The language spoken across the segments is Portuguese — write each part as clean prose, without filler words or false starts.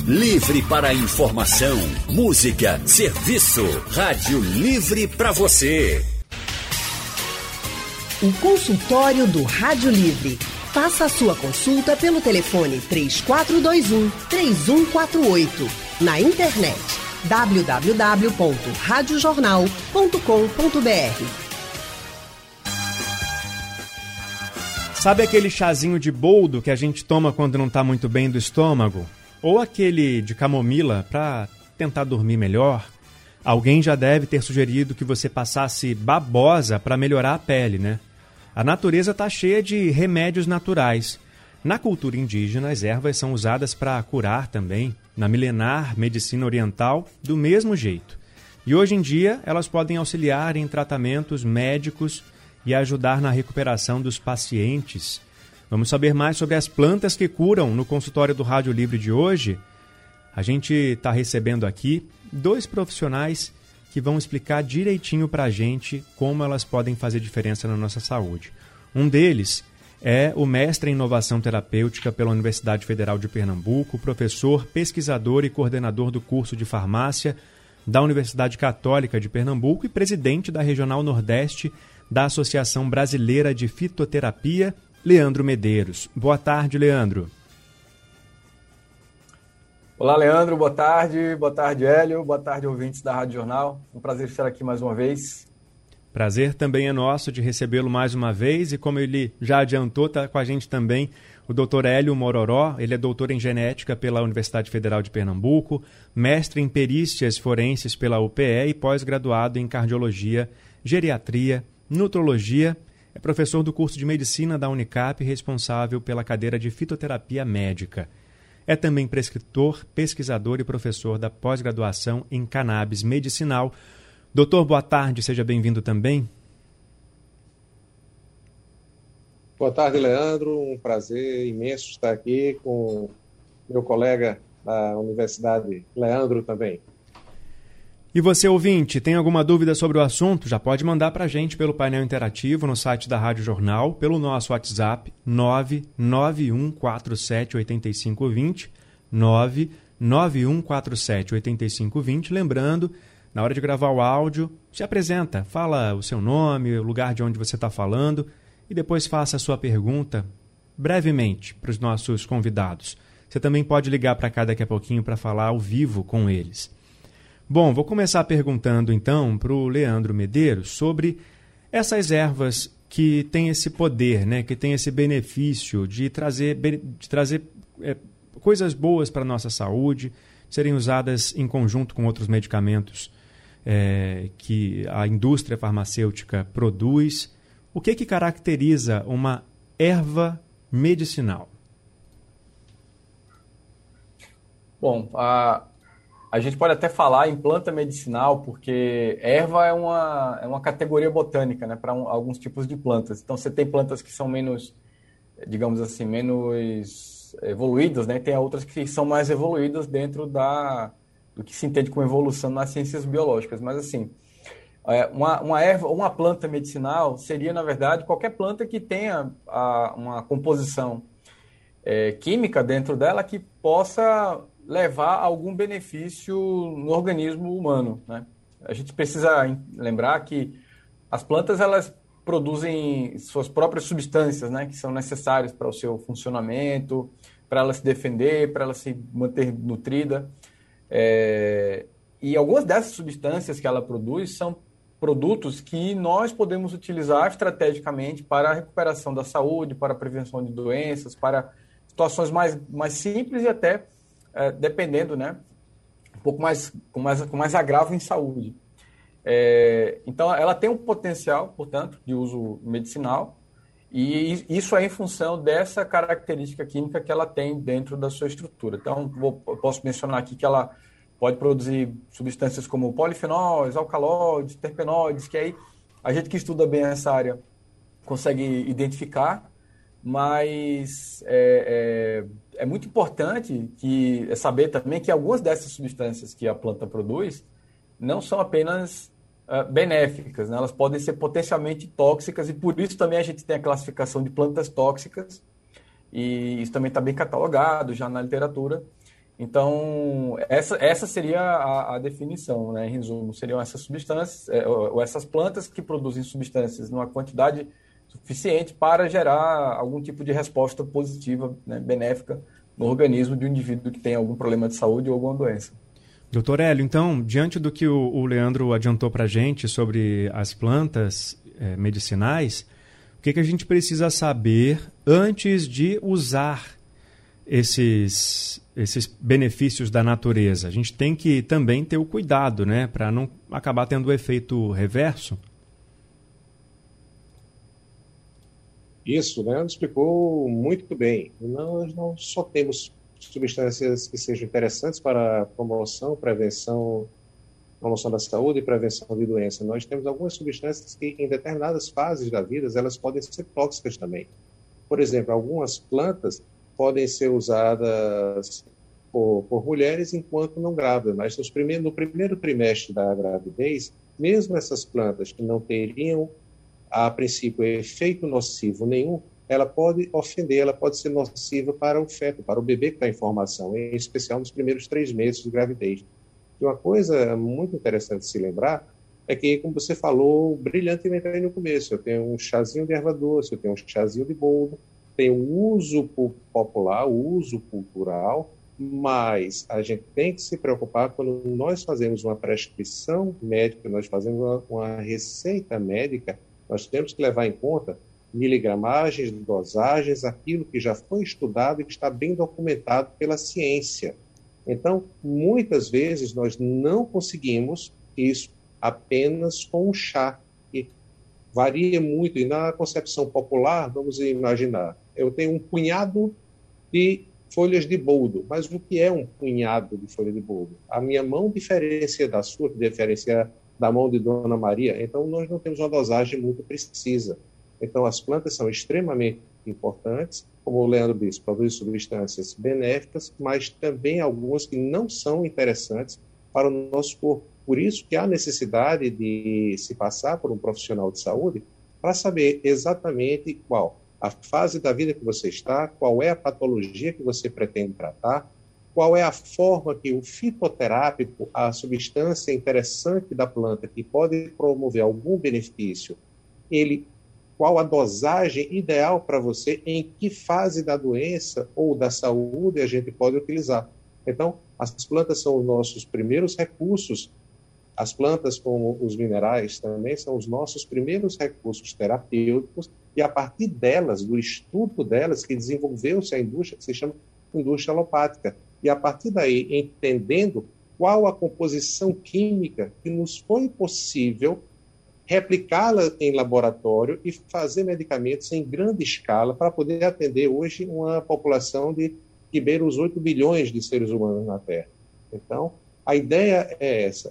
Livre para informação, música, serviço. Rádio Livre para você. O consultório do Rádio Livre. Faça a sua consulta pelo telefone 3421-3148. Na internet www.radiojornal.com.br. Sabe aquele chazinho de boldo que a gente toma quando não está muito bem do estômago? Ou aquele de camomila para tentar dormir melhor? Alguém já deve ter sugerido que você passasse babosa para melhorar a pele, né? A natureza está cheia de remédios naturais. Na cultura indígena, as ervas são usadas para curar também, na milenar medicina oriental, do mesmo jeito. E hoje em dia, elas podem auxiliar em tratamentos médicos e ajudar na recuperação dos pacientes. Vamos saber mais sobre as plantas que curam no consultório do Rádio Livre de hoje. A gente está recebendo aqui 2 profissionais que vão explicar direitinho para a gente como elas podem fazer diferença na nossa saúde. Um deles é o mestre em inovação terapêutica pela Universidade Federal de Pernambuco, professor, pesquisador e coordenador do curso de farmácia da Universidade Católica de Pernambuco e presidente da Regional Nordeste da Associação Brasileira de Fitoterapia, Leandro Medeiros. Boa tarde, Leandro. Olá, Leandro. Boa tarde. Boa tarde, Hélio. Boa tarde, ouvintes da Rádio Jornal. Um prazer estar aqui mais uma vez. Prazer também é nosso de recebê-lo mais uma vez. E como ele já adiantou, está com a gente também o Dr. Hélio Mororó. Ele é doutor em genética pela Universidade Federal de Pernambuco, mestre em perícias forenses pela UPE e pós-graduado em cardiologia, geriatria, nutrologia. É professor do curso de medicina da Unicap, responsável pela cadeira de fitoterapia médica. É também prescritor, pesquisador e professor da pós-graduação em cannabis medicinal. Doutor, boa tarde, seja bem-vindo também. Boa tarde, Leandro. Um prazer imenso estar aqui com meu colega da Universidade, Leandro, também. E você, ouvinte, tem alguma dúvida sobre o assunto? Já pode mandar para a gente pelo painel interativo no site da Rádio Jornal, pelo nosso WhatsApp 991478520, 991478520. Lembrando, na hora de gravar o áudio, se apresenta, fala o seu nome, o lugar de onde você está falando e depois faça a sua pergunta brevemente para os nossos convidados. Você também pode ligar para cá daqui a pouquinho para falar ao vivo com eles. Bom, vou começar perguntando então para o Leandro Medeiros sobre essas ervas que têm esse poder, né, que têm esse benefício de trazer coisas boas para a nossa saúde, serem usadas em conjunto com outros medicamentos que a indústria farmacêutica produz. O que caracteriza uma erva medicinal? Bom, a gente pode até falar em planta medicinal, porque erva é uma categoria botânica, né, para alguns tipos de plantas. Então, você tem plantas que são menos, digamos assim, menos evoluídas, né, e tem outras que são mais evoluídas dentro do que se entende como evolução nas ciências biológicas. Mas, assim, uma erva ou uma planta medicinal seria, na verdade, qualquer planta que tenha uma composição química dentro dela que possa levar algum benefício no organismo humano, né? A gente precisa lembrar que as plantas, elas produzem suas próprias substâncias, né, que são necessárias para o seu funcionamento, para ela se defender, para ela se manter nutrida. E algumas dessas substâncias que ela produz são produtos que nós podemos utilizar estrategicamente para a recuperação da saúde, para a prevenção de doenças, para situações mais simples e até dependendo, né, um pouco mais com mais agravo em saúde. Então, ela tem um potencial, portanto, de uso medicinal, e isso é em função dessa característica química que ela tem dentro da sua estrutura. Então, eu posso mencionar aqui que ela pode produzir substâncias como polifenóis, alcaloides, terpenoides, que aí a gente que estuda bem essa área consegue identificar, mas é muito importante saber também que algumas dessas substâncias que a planta produz não são apenas benéficas, né? Elas podem ser potencialmente tóxicas, e por isso também a gente tem a classificação de plantas tóxicas, e isso também está bem catalogado já na literatura. Então, essa seria a definição, né? Em resumo, seriam essas substâncias, ou essas plantas que produzem substâncias numa quantidade suficiente para gerar algum tipo de resposta positiva, né, benéfica no organismo de um indivíduo que tem algum problema de saúde ou alguma doença. Doutor Hélio, então, diante do que o Leandro adiantou para a gente sobre as plantas medicinais, o que a gente precisa saber antes de usar esses benefícios da natureza? A gente tem que também ter o cuidado, né, para não acabar tendo o efeito reverso? Isso, né? Leandro explicou muito bem. Nós não só temos substâncias que sejam interessantes para promoção da saúde e prevenção de doença. Nós temos algumas substâncias que, em determinadas fases da vida, elas podem ser tóxicas também. Por exemplo, algumas plantas podem ser usadas por mulheres enquanto não grávidas, mas no primeiro trimestre da gravidez, mesmo essas plantas que não teriam, a princípio, efeito nocivo nenhum, ela pode ofender, ela pode ser nociva para o feto, para o bebê que está em formação, em especial nos primeiros 3 meses de gravidez. E uma coisa muito interessante de se lembrar é que, como você falou brilhantemente aí no começo, eu tenho um chazinho de erva doce, eu tenho um chazinho de boldo, tem o uso popular, o uso cultural, mas a gente tem que se preocupar quando nós fazemos uma prescrição médica, nós fazemos uma receita médica, nós temos que levar em conta miligramagens, dosagens, aquilo que já foi estudado e que está bem documentado pela ciência. Então, muitas vezes nós não conseguimos isso apenas com um chá, que varia muito. E na concepção popular, vamos imaginar, eu tenho um punhado de folhas de boldo, mas o que é um punhado de folha de boldo? A minha mão diferencia da sua, que diferencia da mão de Dona Maria, então nós não temos uma dosagem muito precisa. Então as plantas são extremamente importantes, como o Leandro disse, produzem substâncias benéficas, mas também algumas que não são interessantes para o nosso corpo. Por isso que há necessidade de se passar por um profissional de saúde para saber exatamente qual a fase da vida que você está, qual é a patologia que você pretende tratar, qual é a forma que o fitoterápico, a substância interessante da planta que pode promover algum benefício, qual a dosagem ideal para você, em que fase da doença ou da saúde a gente pode utilizar. Então, as plantas são os nossos primeiros recursos. As plantas, como os minerais, também são os nossos primeiros recursos terapêuticos, e a partir delas, do estudo delas, que desenvolveu-se a indústria, que se chama indústria alopática. E a partir daí, entendendo qual a composição química que nos foi possível replicá-la em laboratório e fazer medicamentos em grande escala para poder atender hoje uma população que beira os 8 bilhões de seres humanos na Terra. Então, a ideia é essa,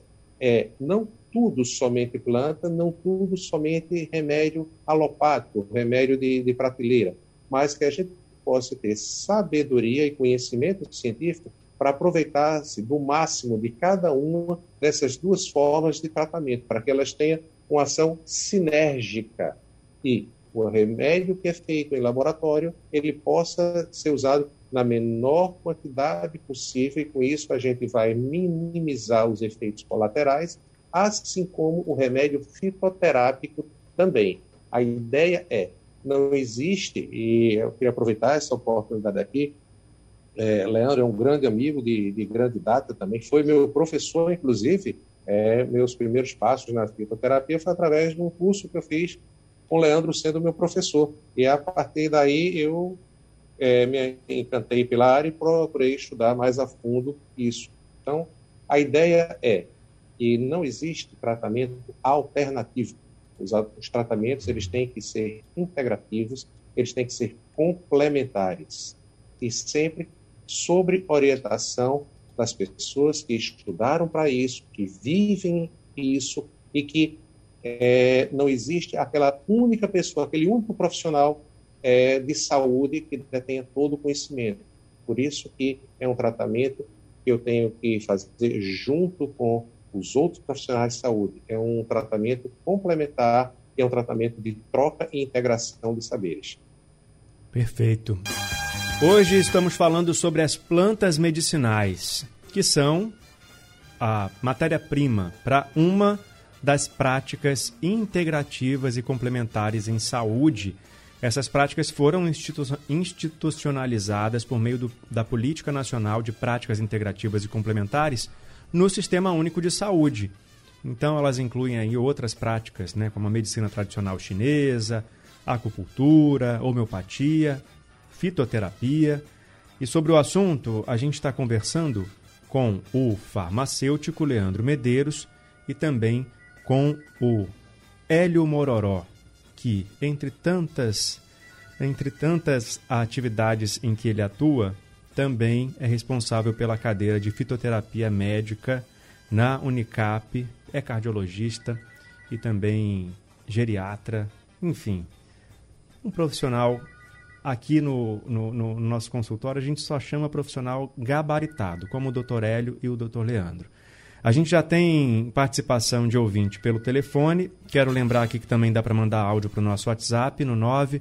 não tudo somente planta, não tudo somente remédio alopático, remédio de prateleira, mas que a gente possa ter sabedoria e conhecimento científico para aproveitar-se do máximo de cada uma dessas duas formas de tratamento, para que elas tenham uma ação sinérgica e o remédio que é feito em laboratório, ele possa ser usado na menor quantidade possível, e com isso a gente vai minimizar os efeitos colaterais, assim como o remédio fitoterápico também. A ideia não existe, e eu queria aproveitar essa oportunidade aqui, Leandro é um grande amigo de grande data também, foi meu professor, inclusive, meus primeiros passos na fitoterapia foi através de um curso que eu fiz com o Leandro sendo meu professor, e a partir daí eu me encantei pela área e procurei estudar mais a fundo isso. Então, a ideia é que não existe tratamento alternativo. Os tratamentos eles têm que ser integrativos, eles têm que ser complementares, e sempre sobre orientação das pessoas que estudaram para isso, que vivem isso, e que não existe aquela única pessoa, aquele único profissional de saúde que detenha todo o conhecimento. Por isso que é um tratamento que eu tenho que fazer junto com os outros profissionais de saúde. É um tratamento complementar, é um tratamento de troca e integração de saberes. Perfeito. Hoje estamos falando sobre as plantas medicinais, que são a matéria-prima para uma das práticas integrativas e complementares em saúde. Essas práticas foram institucionalizadas por meio da Política Nacional de Práticas Integrativas e Complementares no Sistema Único de Saúde. Então, elas incluem aí outras práticas, né, como a medicina tradicional chinesa, acupuntura, homeopatia, fitoterapia. E sobre o assunto, a gente está conversando com o farmacêutico Leandro Medeiros e também com o Hélio Mororó, que, entre tantas atividades em que ele atua, também é responsável pela cadeira de fitoterapia médica na Unicap, é cardiologista e também geriatra, enfim, um profissional. Aqui no nosso consultório, a gente só chama profissional gabaritado, como o Dr. Hélio e o Dr. Leandro. A gente já tem participação de ouvinte pelo telefone. Quero lembrar aqui que também dá para mandar áudio para o nosso WhatsApp no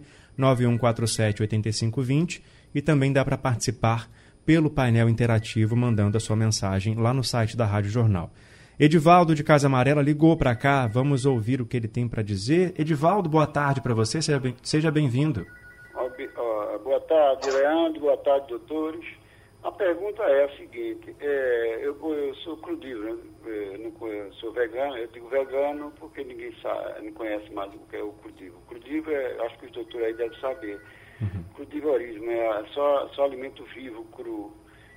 991478520 e também dá para participar pelo painel interativo, mandando a sua mensagem lá no site da Rádio Jornal. Edivaldo de Casa Amarela ligou para cá, vamos ouvir o que ele tem para dizer. Edivaldo, boa tarde para você, seja bem-vindo. Boa tarde, Leandro. Boa tarde, doutores. A pergunta é a seguinte: eu sou crudívoro, eu sou vegano. Eu digo vegano porque ninguém não conhece mais o que é o crudívoro. O crudívoro, acho que os doutores aí devem saber. Crudivorismo é só alimento vivo, cru.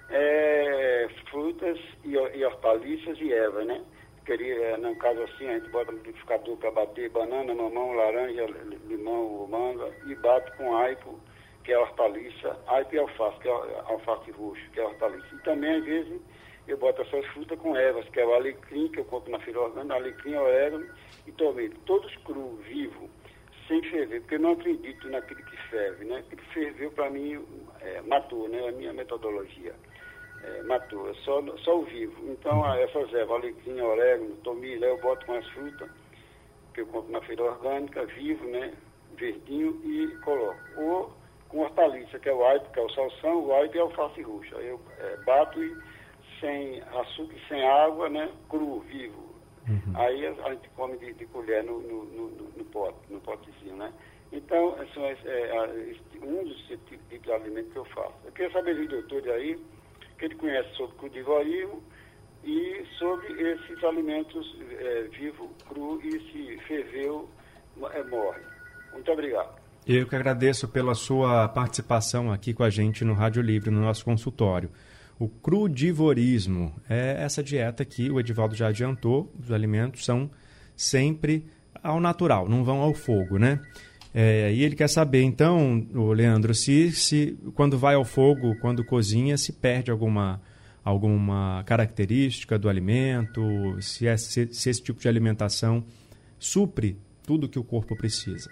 Frutas e hortaliças e ervas, né? No caso assim, a gente bota no liquidificador para bater banana, mamão, laranja, limão, manga e bate com aipo, que é hortaliça, aipo e alface, que é alface roxo, que é hortaliça. E também, às vezes, eu boto essas frutas com ervas, que é o alecrim, que eu compro na feira orgânica, alecrim, orégano e tomate. Todos cru, vivo, sem ferver, porque eu não acredito naquilo que ferve, né? Aquilo que ferveu, para mim, matou, né? A minha metodologia. Matou, só o vivo. Então, essas ervas, alecrim, orégano, tomilho, eu boto com as frutas, que eu compro na feira orgânica, vivo, né? Verdinho, e coloco. Ou com hortaliça, que é o aipo, que é o salsão, o aipo e a alface roxa. Eu bato e sem açúcar e sem água, né? Cru, vivo. Aí a gente come de colher no potezinho, né? Então, um dos tipos de alimento que eu faço. Eu queria saber do doutor aí, que ele conhece sobre crudivorismo e sobre esses alimentos vivo, cru, e se ferveu, morre. Muito obrigado. Eu que agradeço pela sua participação aqui com a gente no Rádio Livre, no nosso consultório. O crudivorismo é essa dieta que o Edivaldo já adiantou, os alimentos são sempre ao natural, não vão ao fogo, né? E ele quer saber, então, o Leandro, se quando vai ao fogo, quando cozinha, se perde alguma característica do alimento, se esse tipo de alimentação supre tudo que o corpo precisa.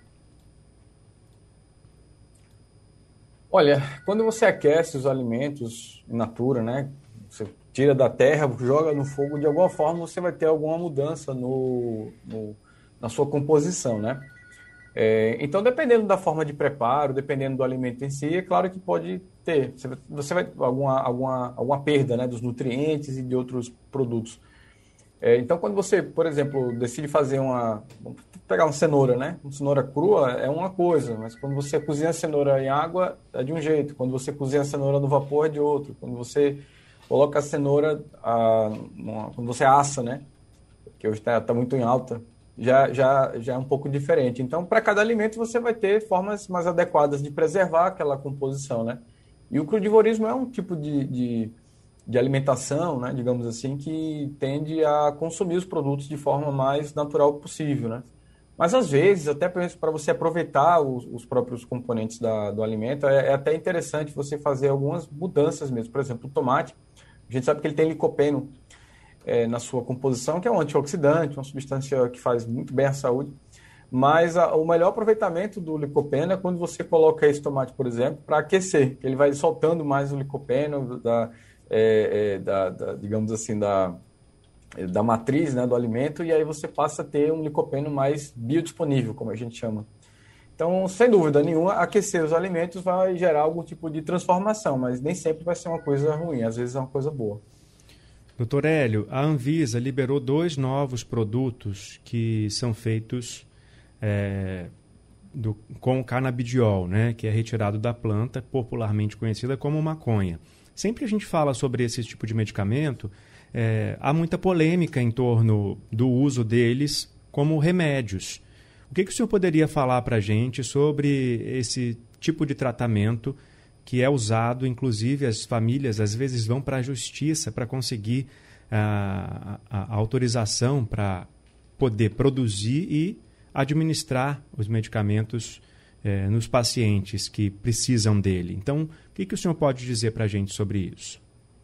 Olha, quando você aquece os alimentos in natura, né? Você tira da terra, joga no fogo, de alguma forma você vai ter alguma mudança na sua composição, né? Então, dependendo da forma de preparo, dependendo do alimento em si, é claro que pode ter. Você vai ter alguma perda, né, dos nutrientes e de outros produtos. Então, quando você, por exemplo, decide fazer vamos pegar uma cenoura, né? Uma cenoura crua é uma coisa, mas quando você cozinha a cenoura em água é de um jeito, quando você cozinha a cenoura no vapor é de outro, quando você coloca a cenoura, quando você assa, né? Que hoje está muito em alta, já é um pouco diferente. Então, para cada alimento, você vai ter formas mais adequadas de preservar aquela composição, né? E o crudivorismo é um tipo de alimentação, né, digamos assim, que tende a consumir os produtos de forma mais natural possível, né? Mas, às vezes, até para você aproveitar os próprios componentes do alimento, é até interessante você fazer algumas mudanças mesmo. Por exemplo, o tomate, a gente sabe que ele tem licopeno na sua composição, que é um antioxidante, uma substância que faz muito bem à saúde. Mas o melhor aproveitamento do licopeno é quando você coloca esse tomate, por exemplo, para aquecer, que ele vai soltando mais o licopeno digamos assim, da matriz, né, do alimento, e aí você passa a ter um licopeno mais biodisponível, como a gente chama. Então, sem dúvida nenhuma, aquecer os alimentos vai gerar algum tipo de transformação, mas nem sempre vai ser uma coisa ruim, às vezes é uma coisa boa. Doutor Hélio, a Anvisa liberou 2 novos produtos que são feitos com canabidiol, né, que é retirado da planta, popularmente conhecida como maconha. Sempre que a gente fala sobre esse tipo de medicamento, há muita polêmica em torno do uso deles como remédios. O que o senhor poderia falar para a gente sobre esse tipo de tratamento que é usado, inclusive as famílias às vezes vão para a justiça para conseguir a autorização para poder produzir e administrar os medicamentos nos pacientes que precisam dele. Então, o que o senhor pode dizer para a gente sobre isso?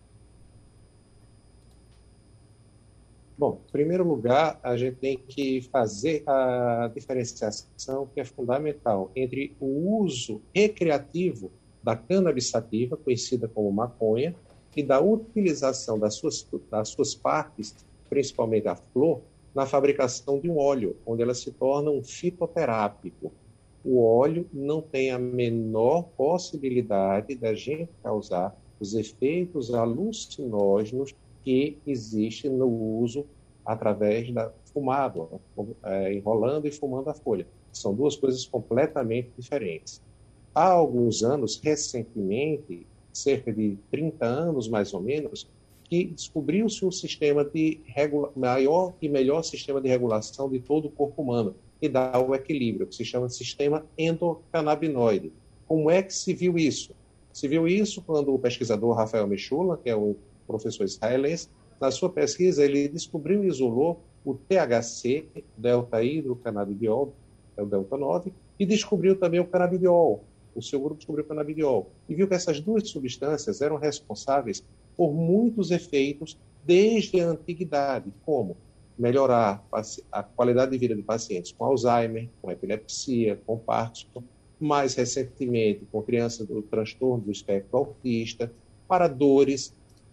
Bom, em primeiro lugar, a gente tem que fazer a diferenciação que é fundamental entre o uso recreativo da cannabis sativa, conhecida como maconha, e da utilização das suas partes, principalmente a flor, na fabricação de um óleo, onde ela se torna um fitoterápico. O óleo não tem a menor possibilidade da gente causar os efeitos alucinógenos que existe no uso através da fumada, enrolando e fumando a folha. São 2 coisas completamente diferentes. Há alguns anos, recentemente, cerca de 30 anos mais ou menos, que descobriu-se um sistema de maior e melhor sistema de regulação de todo o corpo humano, que dá o equilíbrio, que se chama sistema endocannabinoide. Como é que se viu isso? Se viu isso quando o pesquisador Rafael Mechoulam, que é um professor israelense, na sua pesquisa ele descobriu e isolou o THC, delta-hidrocannabidiol, é o delta 9, e descobriu também o canabidiol. O seu grupo descobriu o canabidiol e viu que essas 2 substâncias eram responsáveis por muitos efeitos desde a antiguidade, como melhorar a qualidade de vida de pacientes com Alzheimer, com epilepsia, com Parkinson, mais recentemente com crianças do transtorno do espectro autista, para dores,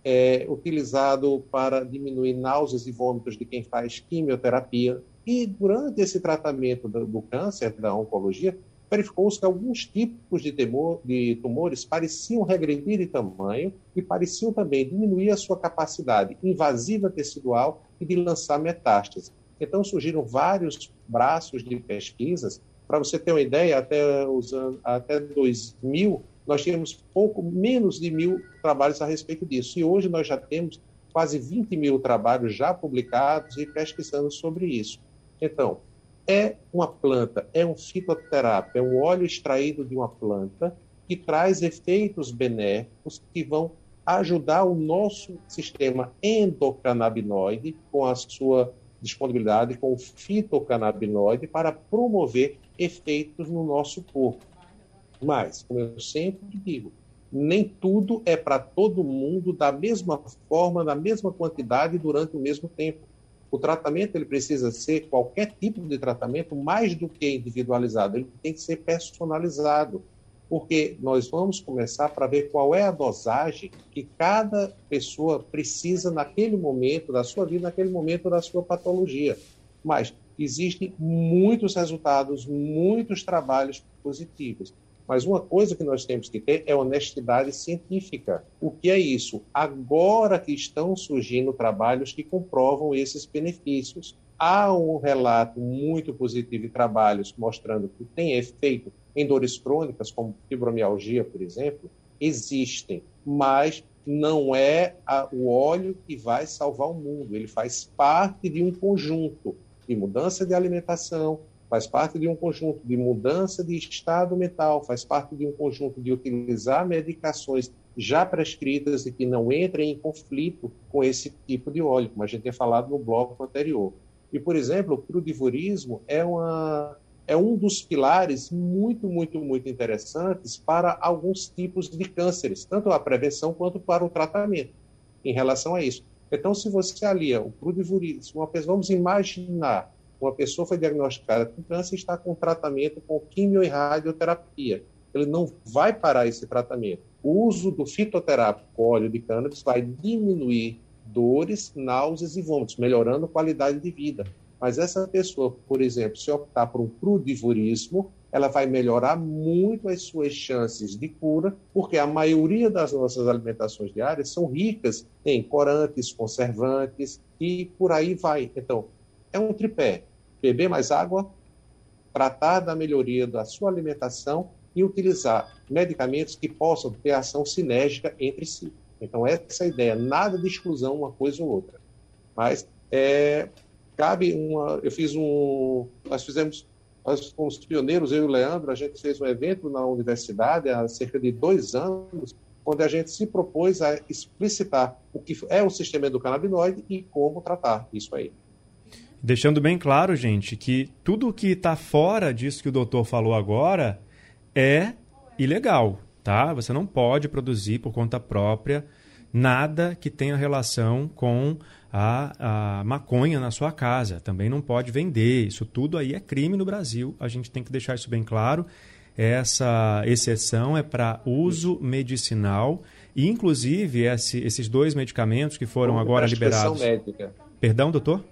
utilizado para diminuir náuseas e vômitos de quem faz quimioterapia. E durante esse tratamento do câncer, da oncologia, verificou-se que alguns tipos de tumores pareciam regredir de tamanho e pareciam também diminuir a sua capacidade invasiva tecidual e de lançar metástase. Então surgiram vários braços de pesquisas. Para você ter uma ideia, até 2000, nós tínhamos pouco menos de 1.000 trabalhos a respeito disso. E hoje nós já temos quase 20.000 trabalhos já publicados e pesquisando sobre isso. Então, é uma planta, é um fitoterápico, é um óleo extraído de uma planta que traz efeitos benéficos que vão ajudar o nosso sistema endocannabinoide com a sua disponibilidade com o fitocannabinoide para promover efeitos no nosso corpo. Mas, como eu sempre digo, nem tudo é para todo mundo da mesma forma, na mesma quantidade durante o mesmo tempo. O tratamento ele precisa ser, qualquer tipo de tratamento, mais do que individualizado, ele tem que ser personalizado, porque nós vamos começar para ver qual é a dosagem que cada pessoa precisa naquele momento da sua vida, naquele momento da sua patologia. Mas existem muitos resultados, muitos trabalhos positivos. Mas uma coisa que nós temos que ter é honestidade científica. O que é isso? Agora que estão surgindo trabalhos que comprovam esses benefícios. Há um relato muito positivo de trabalhos mostrando que tem efeito em dores crônicas, como fibromialgia, por exemplo, existem, mas não é o óleo que vai salvar o mundo. Ele faz parte de um conjunto de mudança de alimentação, faz parte de um conjunto de mudança de estado mental, faz parte de um conjunto de utilizar medicações já prescritas e que não entrem em conflito com esse tipo de óleo, como a gente tinha falado no bloco anterior. E, por exemplo, o crudivorismo é um dos pilares muito, muito, muito interessantes para alguns tipos de cânceres, tanto a prevenção quanto para o tratamento, em relação a isso. Então, se você alia o crudivorismo, vamos imaginar uma pessoa foi diagnosticada com câncer e está com tratamento com quimio e radioterapia. Ele não vai parar esse tratamento. O uso do fitoterápico óleo de cannabis vai diminuir dores, náuseas e vômitos, melhorando a qualidade de vida. Mas essa pessoa, por exemplo, se optar por um crudivorismo, ela vai melhorar muito as suas chances de cura, porque a maioria das nossas alimentações diárias são ricas em corantes, conservantes e por aí vai. Então, é um tripé: beber mais água, tratar da melhoria da sua alimentação e utilizar medicamentos que possam ter ação sinérgica entre si. Então, essa é a ideia, nada de exclusão uma coisa ou outra. Mas nós fomos pioneiros, eu e o Leandro, a gente fez um evento na universidade há cerca de 2 anos, onde a gente se propôs a explicitar o que é o sistema endocannabinoide e como tratar isso aí. Deixando bem claro, gente, que tudo que está fora disso que o doutor falou agora é ilegal, tá? Você não pode produzir por conta própria nada que tenha relação com a maconha na sua casa. Também não pode vender. Isso tudo aí é crime no Brasil. A gente tem que deixar isso bem claro. Essa exceção é para uso medicinal e, inclusive, esses 2 medicamentos que foram agora liberados... médica. Perdão, doutor?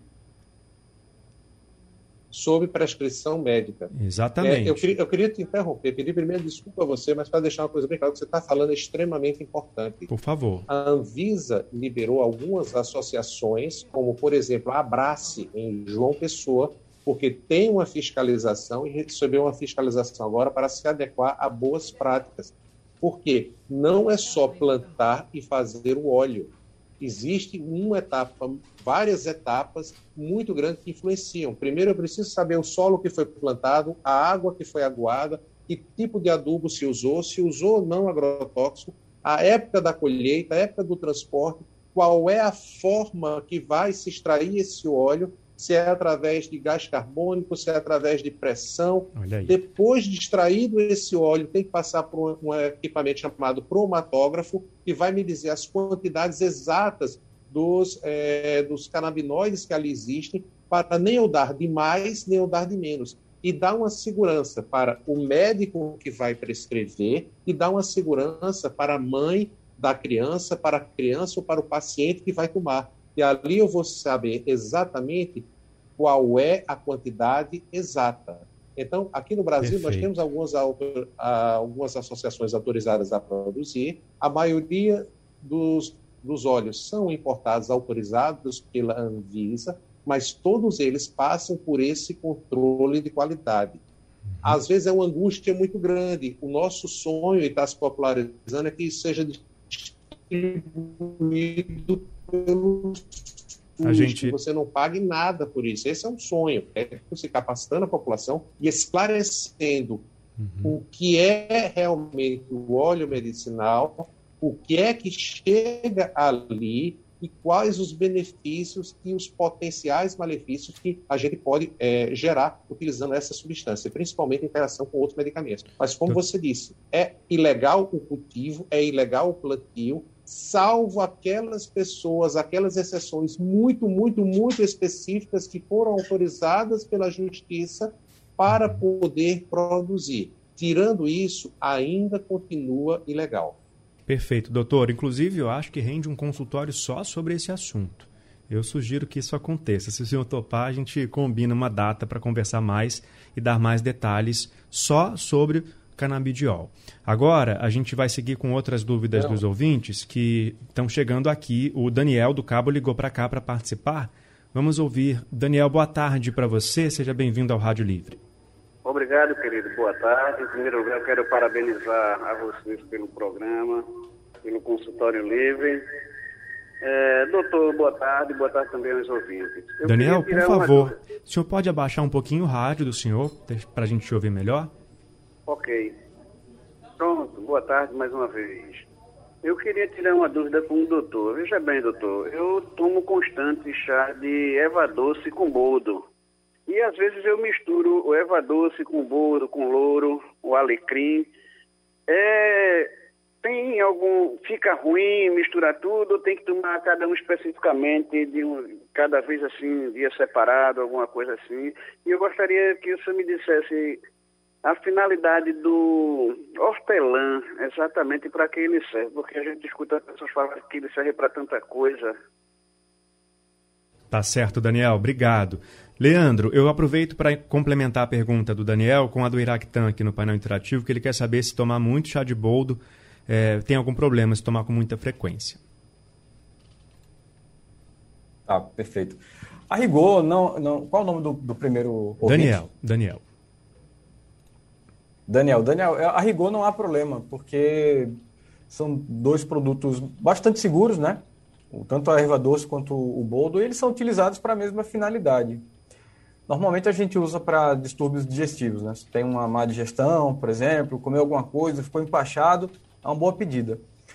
Sob prescrição médica. Exatamente. Eu queria te interromper, pedir primeiro desculpa a você, mas para deixar uma coisa bem clara, o que você está falando é extremamente importante. Por favor. A Anvisa liberou algumas associações, como, por exemplo, a Abrace, em João Pessoa, porque tem uma fiscalização e recebeu uma fiscalização agora para se adequar a boas práticas. Porque não é só plantar e fazer o óleo. Existe várias etapas muito grandes que influenciam. Primeiro, eu preciso saber o solo que foi plantado, a água que foi aguada, que tipo de adubo se usou ou não agrotóxico, a época da colheita, a época do transporte, qual é a forma que vai se extrair esse óleo, se é através de gás carbônico, se é através de pressão. Depois de extraído esse óleo, tem que passar por um equipamento chamado cromatógrafo, que vai me dizer as quantidades exatas dos canabinoides que ali existem, para nem eu dar de mais, nem eu dar de menos. E dar uma segurança para o médico que vai prescrever e dar uma segurança para a mãe da criança, para a criança ou para o paciente que vai tomar. E ali eu vou saber exatamente qual é a quantidade exata. Então, aqui no Brasil, nós temos algumas associações autorizadas a produzir. A maioria dos óleos são importados, autorizados pela Anvisa, mas todos eles passam por esse controle de qualidade. Às vezes é uma angústia muito grande. O nosso sonho, e está se popularizando, é que isso seja distribuído pelo SUS, que você não pague nada por isso. Esse é um sonho, se capacitando a população e esclarecendo o que é realmente o óleo medicinal, o que é que chega ali e quais os benefícios e os potenciais malefícios que a gente pode gerar utilizando essa substância, principalmente em interação com outros medicamentos. Mas, como você disse, é ilegal o cultivo, é ilegal o plantio, salvo aquelas pessoas, aquelas exceções muito, muito, muito específicas que foram autorizadas pela Justiça para poder produzir. Tirando isso, ainda continua ilegal. Perfeito, doutor. Inclusive, eu acho que rende um consultório só sobre esse assunto. Eu sugiro que isso aconteça. Se o senhor topar, a gente combina uma data para conversar mais e dar mais detalhes só sobre canabidiol. Agora, a gente vai seguir com outras dúvidas dos ouvintes que estão chegando aqui. O Daniel do Cabo ligou para cá para participar. Vamos ouvir. Daniel, boa tarde para você. Seja bem-vindo ao Rádio Livre. Obrigado, querido. Boa tarde. Em primeiro lugar, eu quero parabenizar a vocês pelo programa, pelo consultório livre. Doutor, boa tarde também aos ouvintes. Daniel, por favor, o senhor pode abaixar um pouquinho o rádio do senhor para a gente te ouvir melhor? Ok. Pronto, boa tarde mais uma vez. Eu queria tirar uma dúvida com o doutor. Veja bem, doutor, eu tomo constante chá de erva doce com boldo. E às vezes eu misturo o erva doce com boldo, com louro, o alecrim. Fica ruim misturar tudo, ou tem que tomar cada um especificamente, cada vez assim, dia separado, alguma coisa assim. E eu gostaria que o senhor me dissesse a finalidade do hortelã, exatamente para que ele serve, porque a gente escuta as pessoas falarem que ele serve para tanta coisa. Tá certo, Daniel. Obrigado. Leandro, eu aproveito para complementar a pergunta do Daniel com a do Iractan aqui no painel interativo, que ele quer saber se tomar muito chá de boldo tem algum problema, se tomar com muita frequência. Tá, perfeito. A rigor, não, qual é o nome do primeiro ouvinte? Daniel, a rigor não há problema, porque são dois produtos bastante seguros, né? Tanto a erva doce quanto o boldo, e eles são utilizados para a mesma finalidade. Normalmente a gente usa para distúrbios digestivos, né? Se tem uma má digestão, por exemplo, comeu alguma coisa, ficou empachado, é uma boa pedida.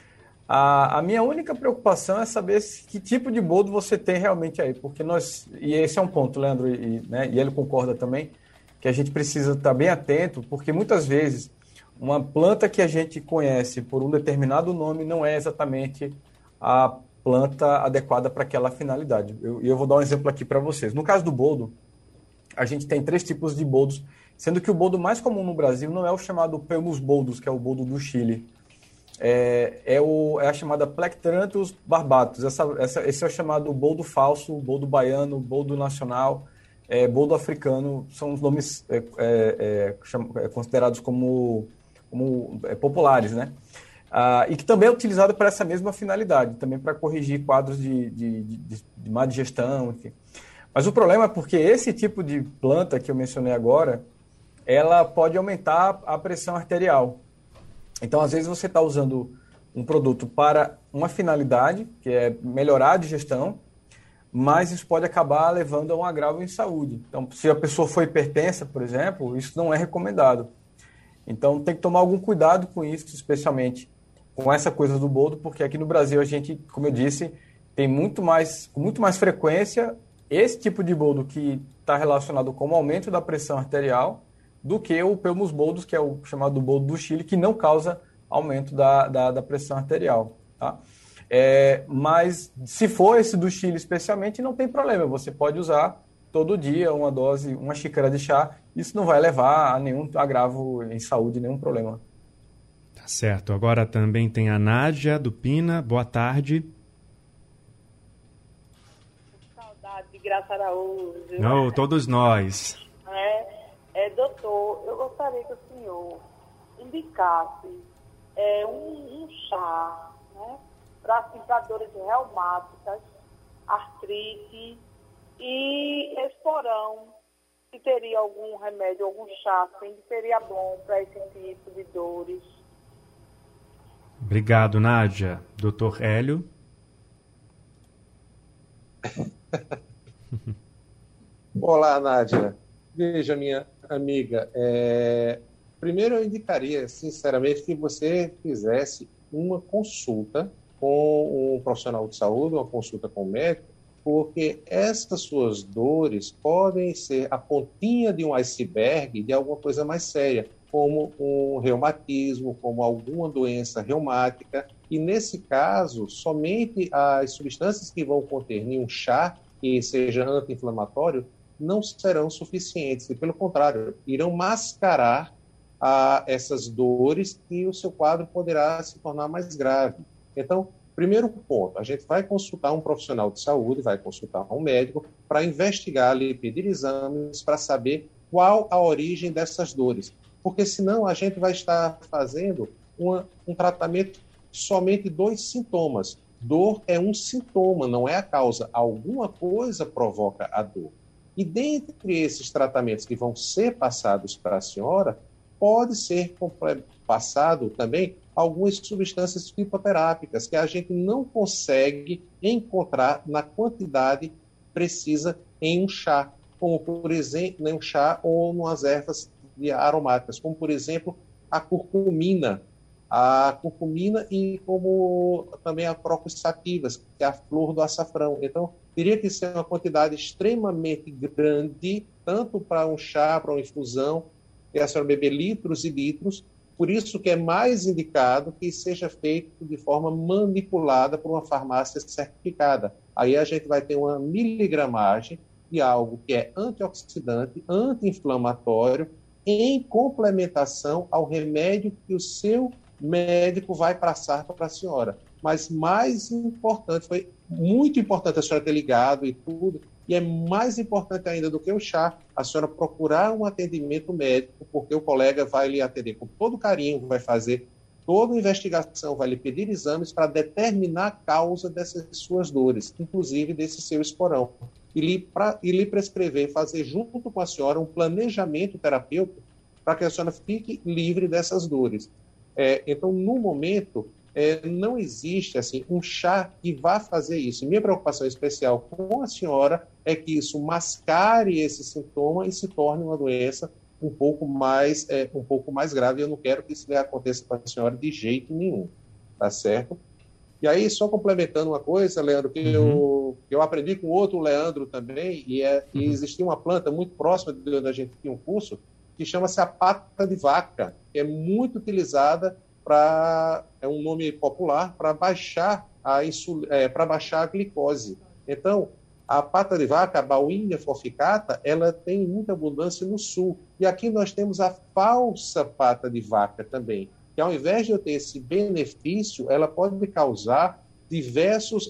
A minha única preocupação é saber que tipo de boldo você tem realmente aí, porque e esse é um ponto, Leandro, e ele concorda também, que a gente precisa estar bem atento, porque muitas vezes uma planta que a gente conhece por um determinado nome não é exatamente a planta adequada para aquela finalidade. Eu vou dar um exemplo aqui para vocês. No caso do boldo, a gente tem 3 tipos de boldos, sendo que o boldo mais comum no Brasil não é o chamado Pemus boldos, que é o boldo do Chile. É a chamada Plectranthus barbatus. Esse é o chamado boldo falso, boldo baiano, boldo nacional, boldo africano, são os nomes considerados como populares, né? E que também é utilizado para essa mesma finalidade, também para corrigir quadros de má digestão, enfim. Mas o problema é porque esse tipo de planta que eu mencionei agora, ela pode aumentar a pressão arterial. Então, às vezes, você está usando um produto para uma finalidade, que é melhorar a digestão, mas isso pode acabar levando a um agravo em saúde. Então, se a pessoa for hipertensa, por exemplo, isso não é recomendado. Então, tem que tomar algum cuidado com isso, especialmente com essa coisa do boldo, porque aqui no Brasil a gente, como eu disse, tem com muito mais frequência esse tipo de boldo que está relacionado com o aumento da pressão arterial do que o Pemus boldos, que é o chamado boldo do Chile, que não causa aumento da pressão arterial. Tá? Mas se for esse do Chile especialmente, não tem problema, você pode usar todo dia uma dose, uma xícara de chá, isso não vai levar a nenhum agravo em saúde, nenhum problema. Tá certo. Agora também tem a Nádia do Pina. Boa tarde. Saudade de Graça Araújo. Não, todos nós. Doutor, eu gostaria que o senhor indicasse um chá, né, para dores reumáticas, artrite e esporão. Se teria algum remédio, algum chá, assim, que seria bom para esse tipo de dores. Obrigado, Nádia. Doutor Hélio. Olá, Nádia. Veja, minha amiga, primeiro eu indicaria, sinceramente, que você fizesse uma consulta com um profissional de saúde, uma consulta com o médico, porque essas suas dores podem ser a pontinha de um iceberg de alguma coisa mais séria, como um reumatismo, como alguma doença reumática, e nesse caso, somente as substâncias que vão conter em um chá, que seja anti-inflamatório, não serão suficientes, e pelo contrário, irão mascarar essas dores e o seu quadro poderá se tornar mais grave. Então, primeiro ponto, a gente vai consultar um profissional de saúde, vai consultar um médico para investigar ali, pedir exames para saber qual a origem dessas dores, porque senão a gente vai estar fazendo um tratamento somente 2 sintomas. Dor é um sintoma, não é a causa. Alguma coisa provoca a dor. E dentre esses tratamentos que vão ser passados para a senhora, pode ser passado também algumas substâncias fitoterápicas que a gente não consegue encontrar na quantidade precisa em um chá, como por exemplo, em um chá ou umas ervas aromáticas, como por exemplo a curcumina e como também a Crocus sativas, que é a flor do açafrão. Então, teria que ser uma quantidade extremamente grande, tanto para um chá, para uma infusão, e a senhora beber litros e litros. Por isso que é mais indicado que seja feito de forma manipulada por uma farmácia certificada. Aí a gente vai ter uma miligramagem de algo que é antioxidante, anti-inflamatório, em complementação ao remédio que o seu médico vai passar para a senhora. Mas mais importante, foi muito importante a senhora ter ligado e tudo, e é mais importante ainda do que o chá, a senhora procurar um atendimento médico, porque o colega vai lhe atender com todo carinho, vai fazer toda a investigação, vai lhe pedir exames para determinar a causa dessas suas dores, inclusive desse seu esporão, e lhe prescrever, fazer junto com a senhora um planejamento terapêutico para que a senhora fique livre dessas dores. Então, no momento, não existe assim, um chá que vá fazer isso. Minha preocupação especial com a senhora é que isso mascare esse sintoma e se torne uma doença um pouco mais grave. Eu não quero que isso aconteça com a senhora de jeito nenhum, tá certo? E aí, só complementando uma coisa, Leandro, que eu aprendi com outro Leandro também, e existia uma planta muito próxima de onde a gente tinha um curso, que chama-se a pata de vaca, que é muito utilizada é um nome popular, para baixar a glicose. Então, a pata de vaca, a Bauhinia forficata, ela tem muita abundância no sul. E aqui nós temos a falsa pata de vaca também, que ao invés de eu ter esse benefício, ela pode causar diversos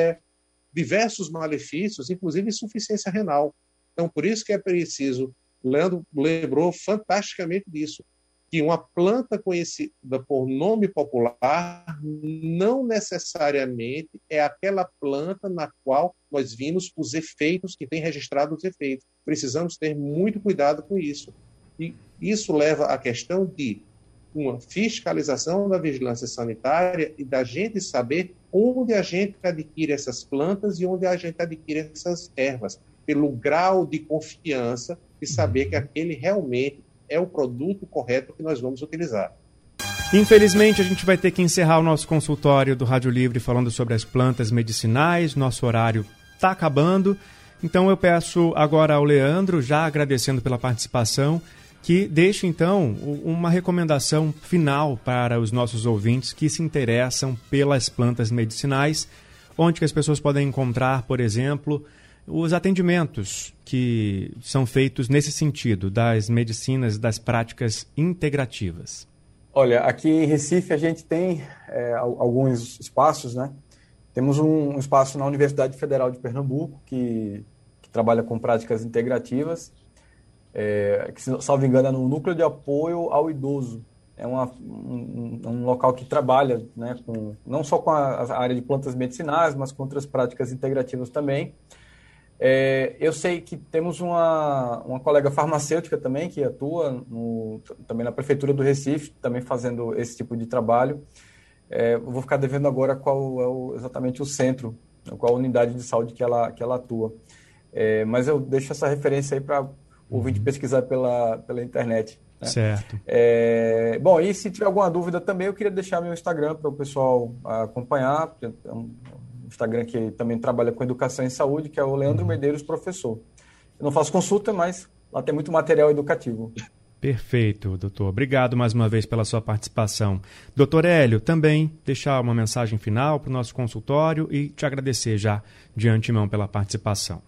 malefícios, inclusive insuficiência renal. Então, por isso que é preciso, Leandro lembrou fantasticamente disso, que uma planta conhecida por nome popular não necessariamente é aquela planta na qual nós vimos os efeitos, que tem registrado os efeitos. Precisamos ter muito cuidado com isso. E isso leva à questão de uma fiscalização da vigilância sanitária e da gente saber onde a gente adquire essas plantas e onde a gente adquire essas ervas, pelo grau de confiança e saber que aquele realmente é o produto correto que nós vamos utilizar. Infelizmente, a gente vai ter que encerrar o nosso consultório do Rádio Livre falando sobre as plantas medicinais. Nosso horário está acabando. Então, eu peço agora ao Leandro, já agradecendo pela participação, que deixe, então, uma recomendação final para os nossos ouvintes que se interessam pelas plantas medicinais, onde que as pessoas podem encontrar, por exemplo, os atendimentos que são feitos nesse sentido, das medicinas, das práticas integrativas. Olha, aqui em Recife a gente tem alguns espaços, né? Temos um espaço na Universidade Federal de Pernambuco que trabalha com práticas integrativas, que, salvo engano, é no Núcleo de Apoio ao Idoso. É um local que trabalha, né, não só com a área de plantas medicinais, mas com outras práticas integrativas também. Eu sei que temos uma colega farmacêutica também que atua também na Prefeitura do Recife, também fazendo esse tipo de trabalho. Eu vou ficar devendo agora qual é exatamente o centro, qual a unidade de saúde que ela atua. Mas eu deixo essa referência aí para o ouvinte pesquisar pela internet. Né? Certo. Bom, e se tiver alguma dúvida também, eu queria deixar meu Instagram para o pessoal acompanhar. Instagram que também trabalha com educação em saúde, que é o Leandro Medeiros Professor. Eu não faço consulta, mas lá tem muito material educativo. Perfeito, doutor. Obrigado mais uma vez pela sua participação. Doutor Hélio, também deixar uma mensagem final para o nosso consultório e te agradecer já de antemão pela participação.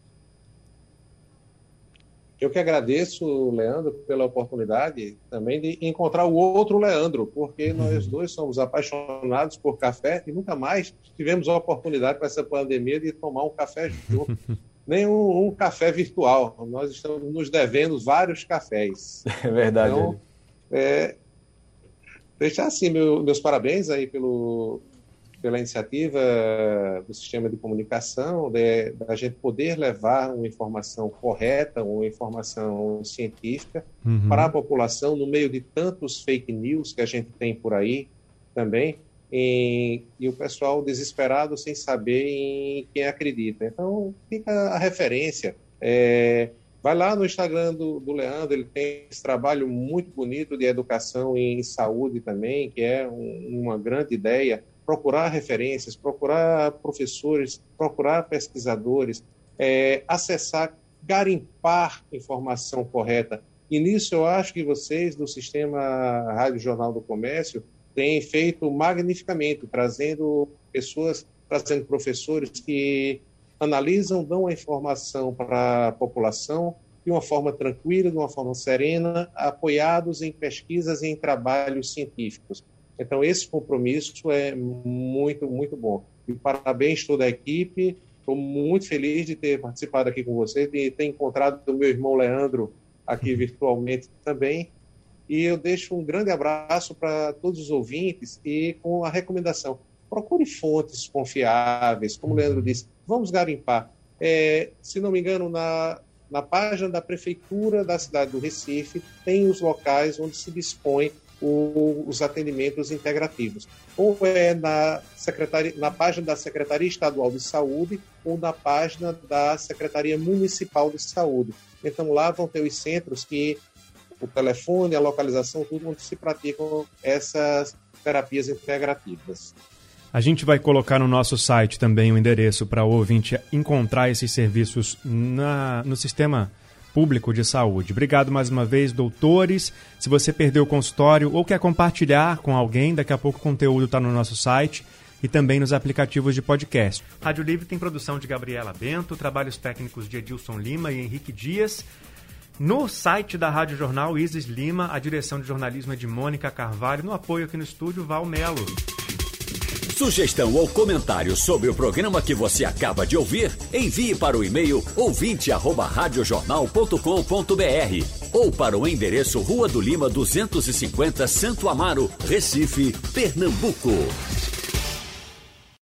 Eu que agradeço, Leandro, pela oportunidade também de encontrar o outro Leandro, porque nós dois somos apaixonados por café e nunca mais tivemos a oportunidade com essa pandemia de tomar um café junto, nem um café virtual. Nós estamos nos devendo vários cafés. É verdade. Então, deixar assim meus parabéns aí pela iniciativa do sistema de comunicação, da gente poder levar uma informação correta, uma informação científica para a população, no meio de tantos fake news que a gente tem por aí também, e o pessoal desesperado sem saber em quem acredita. Então, fica a referência. Vai lá no Instagram do Leandro, ele tem esse trabalho muito bonito de educação em saúde também, que é uma grande ideia. Procurar referências, procurar professores, procurar pesquisadores, acessar, garimpar informação correta. E nisso eu acho que vocês do Sistema Rádio Jornal do Comércio têm feito magnificamente, trazendo professores que analisam, dão a informação para a população de uma forma tranquila, de uma forma serena, apoiados em pesquisas e em trabalhos científicos. Então, esse compromisso é muito, muito bom. E parabéns a toda a equipe. Estou muito feliz de ter participado aqui com vocês, de ter encontrado o meu irmão Leandro aqui virtualmente também. E eu deixo um grande abraço para todos os ouvintes e com a recomendação: procure fontes confiáveis, como o Leandro disse, vamos garimpar. Se não me engano, na página da Prefeitura da cidade do Recife, tem os locais onde se dispõe os atendimentos integrativos. Ou na página da Secretaria Estadual de Saúde ou na página da Secretaria Municipal de Saúde. Então lá vão ter os centros que o telefone, a localização, tudo onde se praticam essas terapias integrativas. A gente vai colocar no nosso site também o endereço para o ouvinte encontrar esses serviços no sistema público de saúde. Obrigado mais uma vez, doutores. Se você perdeu o consultório ou quer compartilhar com alguém, daqui a pouco o conteúdo está no nosso site e também nos aplicativos de podcast. Rádio Livre tem produção de Gabriela Bento, trabalhos técnicos de Edilson Lima e Henrique Dias. No site da Rádio Jornal, Isis Lima, a direção de jornalismo é de Mônica Carvalho, no apoio aqui no estúdio, Val Melo. Sugestão ou comentário sobre o programa que você acaba de ouvir, envie para o e-mail ouvinte@radiojornal.com.br ou para o endereço Rua do Lima 250, Santo Amaro, Recife, Pernambuco.